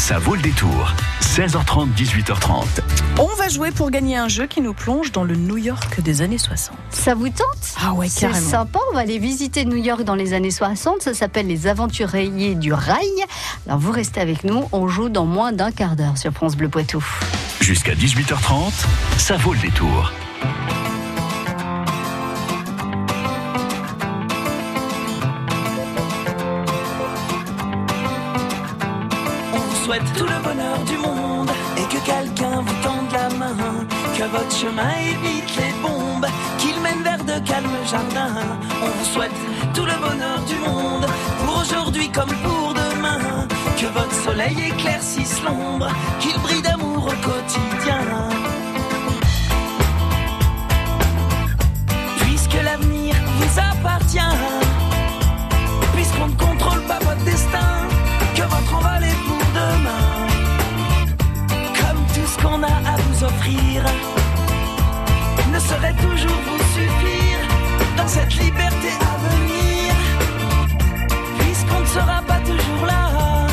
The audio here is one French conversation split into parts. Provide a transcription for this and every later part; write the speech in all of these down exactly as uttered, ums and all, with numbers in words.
Ça vaut le détour. seize heures trente, dix-huit heures trente. On va jouer pour gagner un jeu qui nous plonge dans le New York des années soixante. Ça vous tente ? Ah ouais, carrément. C'est sympa, on va aller visiter New York dans les années soixante. Ça s'appelle les Aventuriers du Rail. Alors vous restez avec nous, on joue dans moins d'un quart d'heure sur France Bleu Poitou. Jusqu'à dix-huit heures trente, ça vaut le détour. Souhaite tout le bonheur du monde et que quelqu'un vous tende la main, que votre chemin évite les bombes, qu'il mène vers de calmes jardins. On vous souhaite tout le bonheur du monde, pour aujourd'hui comme pour demain, que votre soleil éclaircisse l'ombre, qu'il brille d'amour au quotidien. Puisque l'avenir vous appartient, puisqu'on ne contrôle pas votre destin, que votre envol est pour demain. Comme tout ce qu'on a à vous offrir ne saurait toujours vous suffire dans cette liberté à venir, puisqu'on ne sera pas toujours là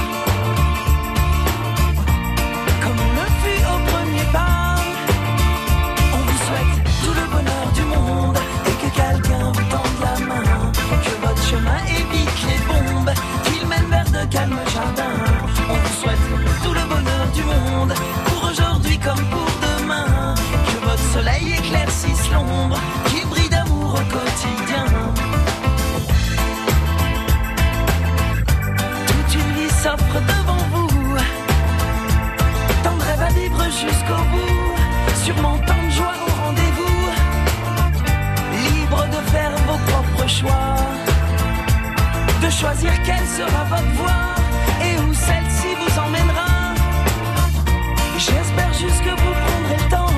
comme on le fut au premier pas. On vous souhaite tout le bonheur du monde et que quelqu'un vous tende la main, que votre chemin évite les bombes, qu'il mène vers de calmes jardins. On vous souhaite tout le bonheur du monde, pour aujourd'hui comme pour demain, que votre soleil éclaircisse l'ombre, qu'il brille d'amour au quotidien. Toute une vie s'offre devant vous, tant de rêves à vivre jusqu'au bout, sûrement tant de joie au rendez-vous, libre de faire vos propres choix, de choisir quelle sera votre voie et où celle-ci vous emmènera. J'espère juste que vous prendrez le temps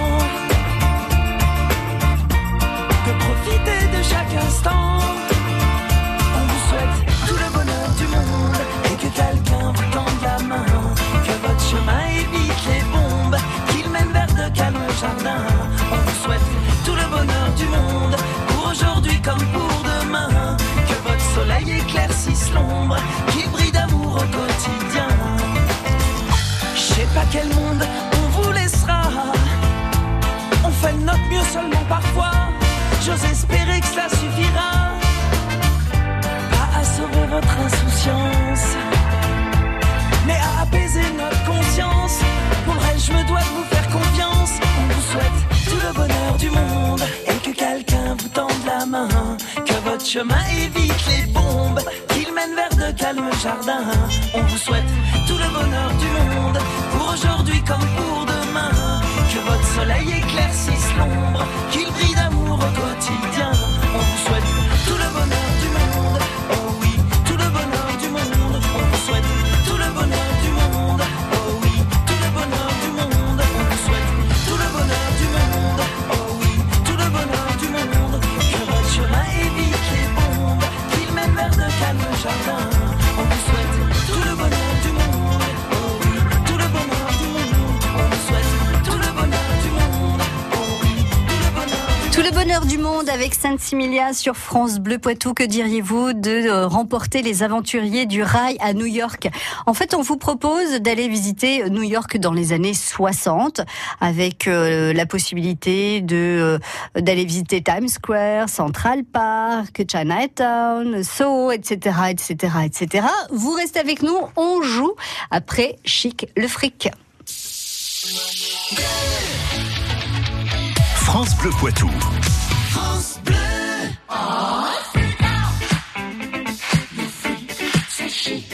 de profiter de chaque instant. On vous souhaite tout le bonheur du monde et que quelqu'un vous tende la main, que votre chemin évite les bombes, qu'il mène vers de calmes jardins. On vous souhaite tout le bonheur du monde, pour aujourd'hui comme pour demain, que votre soleil éclaircisse l'ombre, qu'il brille d'amour au quotidien. Je sais pas quel monde on vous laissera, on fait de notre mieux seulement parfois, j'ose espérer que cela suffira, pas à sauver votre insouciance, mais à apaiser notre conscience. Pour le reste, je me dois de vous faire confiance. On vous souhaite tout le bonheur du monde et que quelqu'un vous tende la main, que votre chemin évite les bombes, qu'il mène vers de calmes jardins. On vous souhaite tout le bonheur du monde, pour aujourd'hui comme pour demain, que votre soleil éclaircisse l'ombre, qu'il brille d'amour au quotidien. On vous souhaite tout le bonheur du monde, oh oui, tout le bonheur du monde. On vous souhaite tout le bonheur du monde, oh oui, tout le bonheur du monde. On vous souhaite tout le bonheur du monde, oh oui, tout le bonheur du monde, que votre chemin évite les bombes, qu'il mène vers de calmes jardins. On vous souhaite tout le bonheur du monde, oh oui, tout le bonheur du monde. On vous souhaite tout le bonheur du monde, oh oui, tout le bonheur du monde. Tout le bonheur du monde avec Sainte-Similia sur France Bleu Poitou. Que diriez-vous de euh, remporter les Aventuriers du Rail à New York ? En fait, on vous propose d'aller visiter New York dans les années soixante avec euh, la possibilité de euh, d'aller visiter Times Square, Central Park, Chinatown, Soho, et cetera, et cetera, et cetera. Vous restez avec nous, on joue après Chic le fric. France Bleu Poitou. France Bleu. Oh. C'est chic.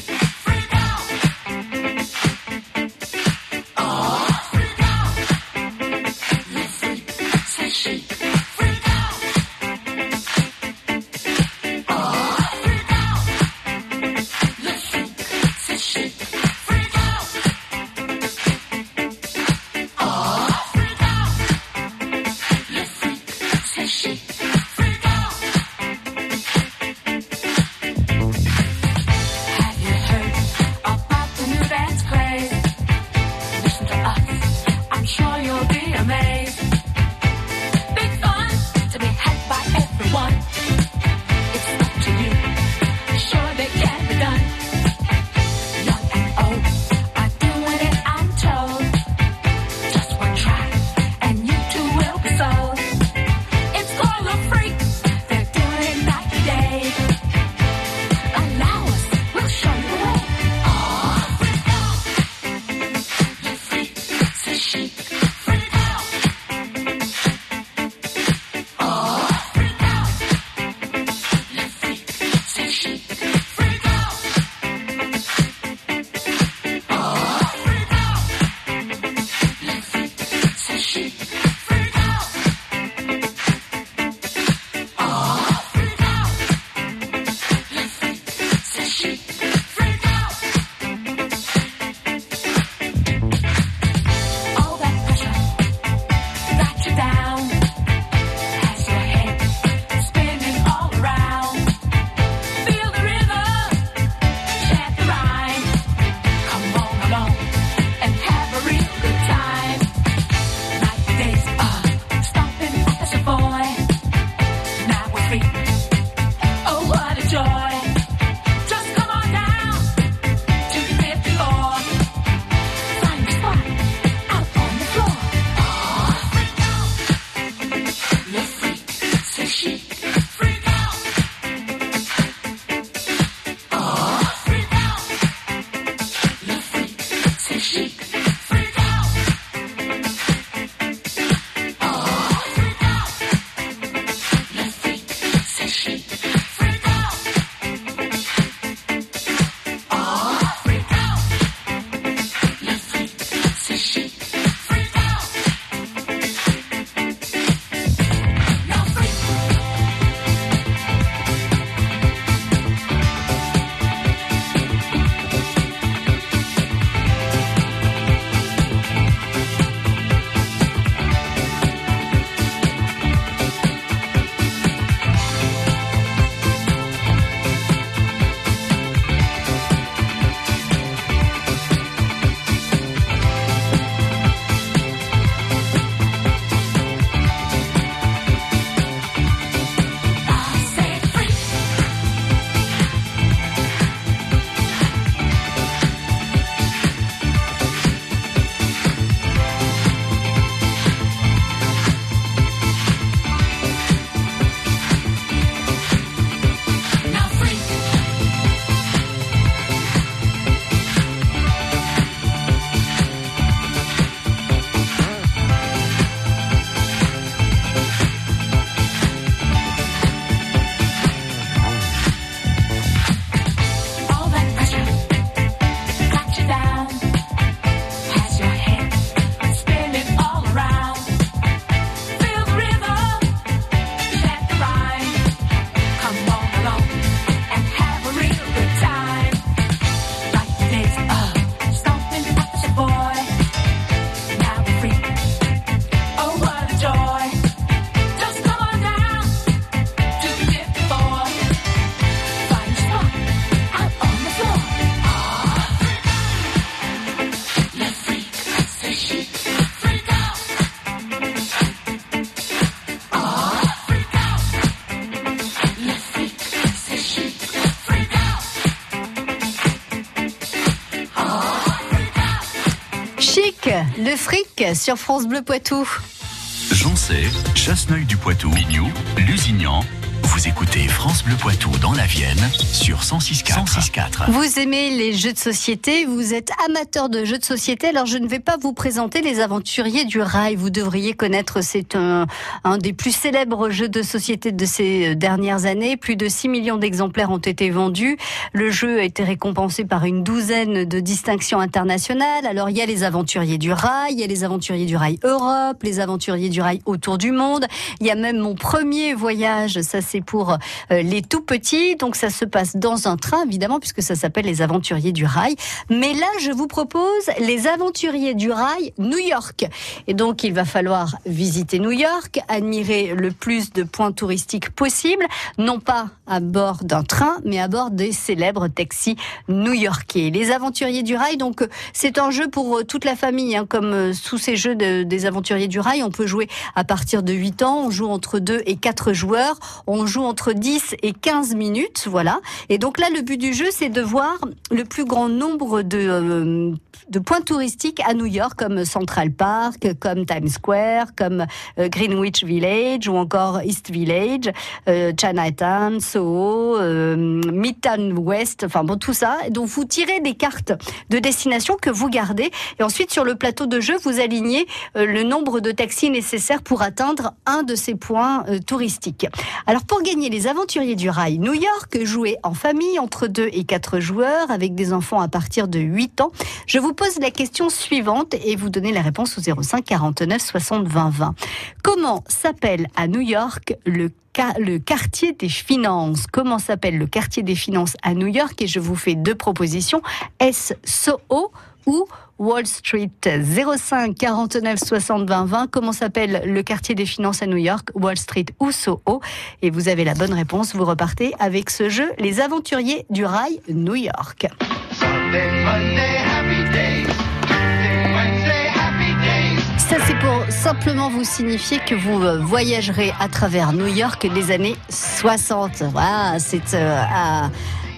Le fric sur France Bleu Poitou. Joncé, Chasseneuil du Poitou, Mignou, Lusignan. Vous écoutez France Bleu Poitou dans la Vienne sur cent six virgule quatre. Vous aimez les jeux de société, vous êtes amateur de jeux de société, alors je ne vais pas vous présenter les aventuriers du rail. Vous devriez connaître, c'est un, un des plus célèbres jeux de société de ces dernières années. Plus de six millions d'exemplaires ont été vendus. Le jeu a été récompensé par une douzaine de distinctions internationales. Alors il y a les aventuriers du rail, il y a les aventuriers du rail Europe, les aventuriers du rail autour du monde. Il y a même mon premier voyage, ça c'est pour euh, les tout petits, donc ça se passe dans un train évidemment puisque ça s'appelle les aventuriers du rail, mais là je vous propose les aventuriers du rail New York, et donc il va falloir visiter New York, admirer le plus de points touristiques possible, non pas à bord d'un train mais à bord des célèbres taxis new-yorkais. Les aventuriers du rail, donc c'est un jeu pour toute la famille, hein, comme sous ces jeux de, des aventuriers du rail, on peut jouer à partir de huit ans, on joue entre deux et quatre joueurs, on joue entre dix et quinze minutes, voilà. Et donc là, le but du jeu, c'est de voir le plus grand nombre de, euh, de points touristiques à New York, comme Central Park, comme Times Square, comme euh, Greenwich Village, ou encore East Village, euh, Chinatown, Soho, euh, Midtown West, enfin bon, tout ça. Donc vous tirez des cartes de destination que vous gardez, et ensuite sur le plateau de jeu, vous alignez euh, le nombre de taxis nécessaires pour atteindre un de ces points euh, touristiques. Alors pour gagner les aventuriers du rail New York, jouez en famille entre deux et quatre joueurs avec des enfants à partir de huit ans. Je vous pose la question suivante et vous donnez la réponse au zéro cinq quarante-neuf soixante vingt vingt. Comment s'appelle à New York le le quartier des finances? Comment s'appelle le quartier des finances à New York? Et je vous fais deux propositions. Est-ce Soho ou Wall Street? Zéro cinq quarante-neuf soixante vingt vingt. Comment s'appelle le quartier des finances à New York? Wall Street ou Soho? Et vous avez la bonne réponse. Vous repartez avec ce jeu, les aventuriers du rail New York. Sunday, Monday, happy days. Tuesday, Wednesday, happy days. Ça, c'est pour simplement vous signifier que vous voyagerez à travers New York des années soixante. Voilà, c'est euh, à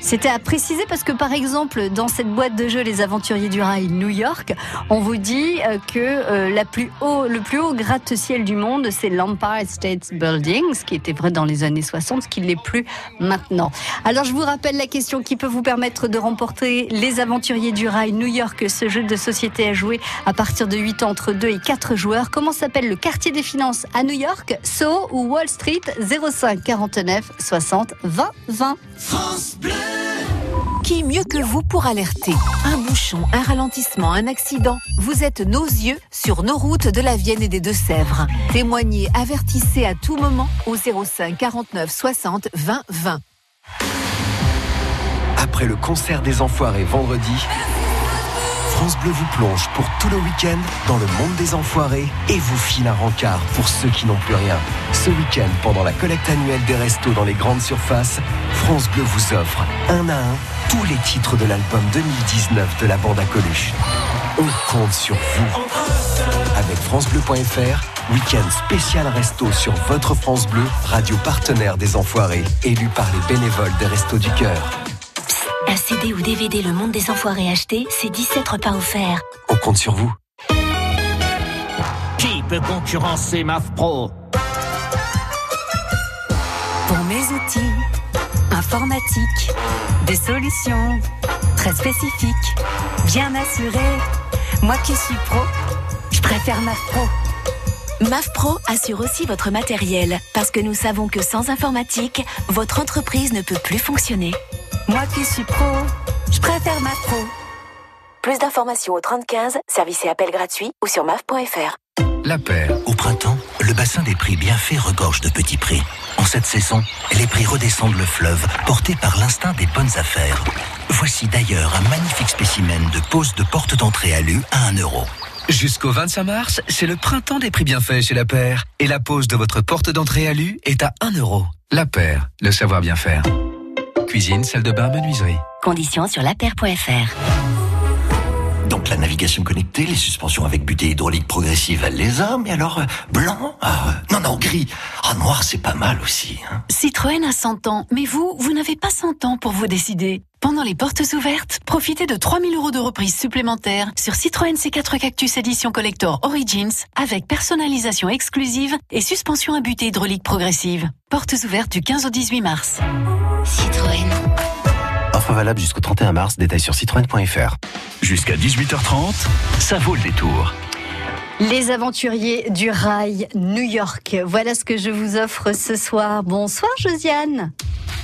C'était à préciser parce que, par exemple, dans cette boîte de jeu Les Aventuriers du Rail New York, on vous dit que euh, la plus haut, le plus haut gratte-ciel du monde, c'est l'Empire State Building, ce qui était vrai dans les années soixante, ce qui ne l'est plus maintenant. Alors, je vous rappelle la question qui peut vous permettre de remporter Les Aventuriers du Rail New York, ce jeu de société à jouer à partir de huit ans entre deux et quatre joueurs. Comment s'appelle le quartier des finances à New York, Soho ou Wall Street? Zéro cinq quarante-neuf soixante vingt vingt. France Bleu. Qui mieux que vous pour alerter? Un bouchon, un ralentissement, un accident. Vous êtes nos yeux sur nos routes de la Vienne et des Deux-Sèvres. Témoignez, avertissez à tout moment au zéro cinq quarante-neuf soixante vingt vingt. Après le concert des Enfoirés vendredi, France Bleu vous plonge pour tout le week-end dans le monde des Enfoirés et vous file un rencard pour ceux qui n'ont plus rien. Ce week-end, pendant la collecte annuelle des restos dans les grandes surfaces, France Bleu vous offre, un à un, tous les titres de l'album deux mille dix-neuf de la bande à Coluche. On compte sur vous. Avec francebleu point f r, week-end spécial resto sur votre France Bleu, radio partenaire des Enfoirés, élu par les bénévoles des Restos du Cœur. Un C D ou D V D Le Monde des Enfoirés acheté, c'est dix-sept repas offerts. On compte sur vous. Qui peut concurrencer M A F Pro? Pour mes outils informatiques, des solutions très spécifiques, bien assurées. Moi qui suis pro, je préfère M A F Pro. M A F Pro assure aussi votre matériel, parce que nous savons que sans informatique, votre entreprise ne peut plus fonctionner. Moi qui suis pro, je préfère M A F Pro. Plus d'informations au trente quinze, service et appel gratuit ou sur M A F point f r. La Paire. Au printemps, le bassin des prix bien faits regorge de petits prix. En cette saison, les prix redescendent le fleuve, portés par l'instinct des bonnes affaires. Voici d'ailleurs un magnifique spécimen de pose de porte d'entrée alu à un euro. Jusqu'au vingt-cinq mars, c'est le printemps des prix bien faits chez La Paire. Et la pose de votre porte d'entrée alu est à un euro. La Paire, le savoir bien faire. Cuisine, salle de bain, menuiserie. Conditions sur la paire point f r. Donc la navigation connectée, les suspensions avec butée hydraulique progressive, elle les a, mais alors, euh, blanc ah, Non, non, gris. Ah, noir, c'est pas mal aussi. Hein. Citroën a cent ans, mais vous, vous n'avez pas cent ans pour vous décider. Pendant les portes ouvertes, profitez de trois mille euros de reprise supplémentaire sur Citroën C quatre Cactus Edition Collector Origins avec personnalisation exclusive et suspension à butée hydraulique progressive. Portes ouvertes du quinze au dix-huit mars. Citroën. Offre valable jusqu'au trente et un mars, détail sur citroën point f r. Jusqu'à dix-huit heures trente, ça vaut le détour. Les Aventuriers du Rail New York. Voilà ce que je vous offre ce soir. Bonsoir Josiane.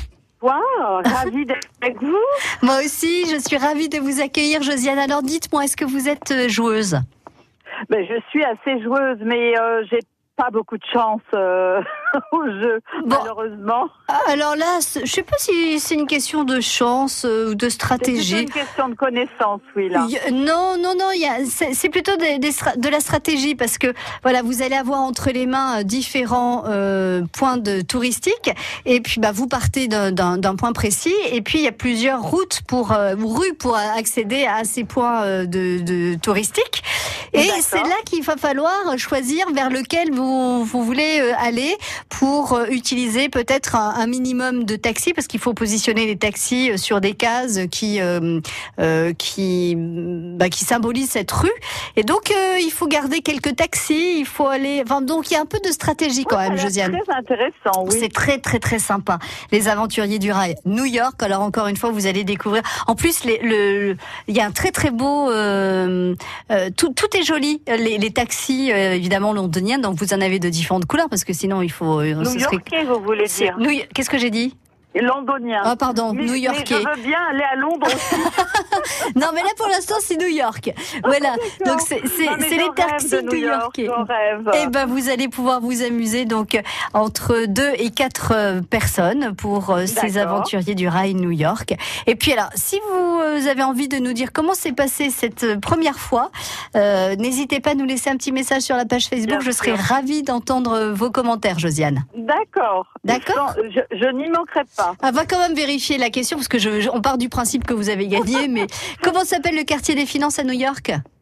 Wow, ravie d'être avec vous. Moi aussi, je suis ravie de vous accueillir Josiane. Alors dites-moi, est-ce que vous êtes joueuse? Ben, je suis assez joueuse, mais euh, j'ai pas beaucoup de chance euh, au jeu, bon, malheureusement. Alors là, je sais pas si c'est une question de chance ou euh, de stratégie. C'est une question de connaissance, oui, là. Y, non, non, non, il y a, c'est, c'est plutôt des, des, de la stratégie, parce que voilà, vous allez avoir entre les mains différents euh, points de touristiques, et puis bah, vous partez d'un, d'un, d'un point précis, et puis il y a plusieurs routes pour, euh, ou rues pour accéder à ces points euh, de, de touristiques. Et D'accord. c'est là qu'il va falloir choisir vers lequel vous, vous voulez aller pour utiliser peut-être un, un minimum de taxis, parce qu'il faut positionner les taxis sur des cases qui, euh, euh, qui, bah, qui symbolisent cette rue. Et donc, euh, il faut garder quelques taxis, il faut aller... Enfin, donc, il y a un peu de stratégie quand oui, même, Josiane. C'est très intéressant, oui. C'est très, très, très sympa. Les Aventuriers du Rail New York. Alors, encore une fois, vous allez découvrir... En plus, les, le, il y a un très, très beau... Euh, euh, tout, tout est joli. Les, les taxis, euh, évidemment, londoniens, donc vous en avez de différentes couleurs, parce que sinon, il faut... Euh, New-Yorkais, serait... vous voulez dire. New... Qu'est-ce que j'ai dit? Londonien. Ah, pardon, mais, New-Yorkais. Mais je veux bien aller à Londres aussi. Non, mais là, pour l'instant, c'est New York. Voilà. Oh, donc, c'est, c'est, c'est les taxis new-yorkais. Et ben, vous allez pouvoir vous amuser, donc, entre deux et quatre euh, personnes pour euh, ces aventuriers du Rail New York. Et puis, alors, si vous euh, avez envie de nous dire comment s'est passée cette euh, première fois, euh, n'hésitez pas à nous laisser un petit message sur la page Facebook. Bien je serai sûr. ravie d'entendre vos commentaires, Josiane. D'accord. D'accord. Je, je n'y manquerai pas. On va quand même vérifier la question, parce que je, je, on part du principe que vous avez gagné, mais comment s'appelle le quartier des finances à New York?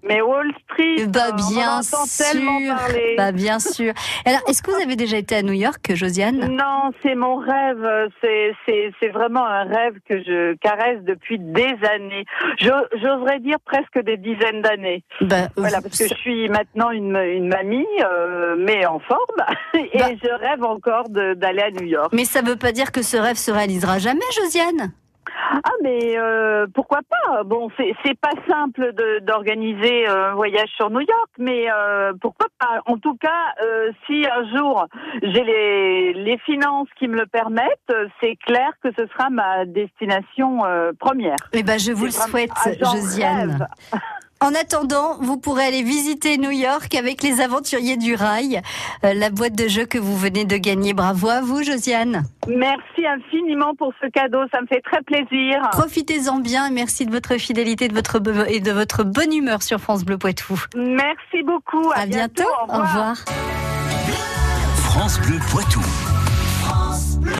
Mais Wall Street, bah, euh, bien on en entend sûr. tellement parler. Bah, bien sûr. Alors, est-ce que vous avez déjà été à New York, Josiane? Non, c'est mon rêve. C'est, c'est, c'est vraiment un rêve que je caresse depuis des années. Je, j'oserais dire presque des dizaines d'années. Bah, voilà, parce que je suis maintenant une, une mamie, euh, mais en forme, et bah, je rêve encore de, d'aller à New York. Mais ça veut pas dire que ce rêve se réalisera jamais, Josiane? Ah mais euh, pourquoi pas. Bon, c'est c'est pas simple de, d'organiser un voyage sur New York, mais euh, pourquoi pas. En tout cas, euh, si un jour j'ai les les finances qui me le permettent, c'est clair que ce sera ma destination euh, première. Eh ben, je vous C'est le souhaite, vraiment... ah, Josiane. Rêve. En attendant, vous pourrez aller visiter New York avec les Aventuriers du Rail, euh, la boîte de jeux que vous venez de gagner. Bravo à vous, Josiane. Merci infiniment pour ce cadeau, ça me fait très plaisir. Profitez-en bien et merci de votre fidélité de votre be- et de votre bonne humeur sur France Bleu Poitou. Merci beaucoup, à, à bientôt. bientôt. Au revoir. Au revoir. France Bleu Poitou.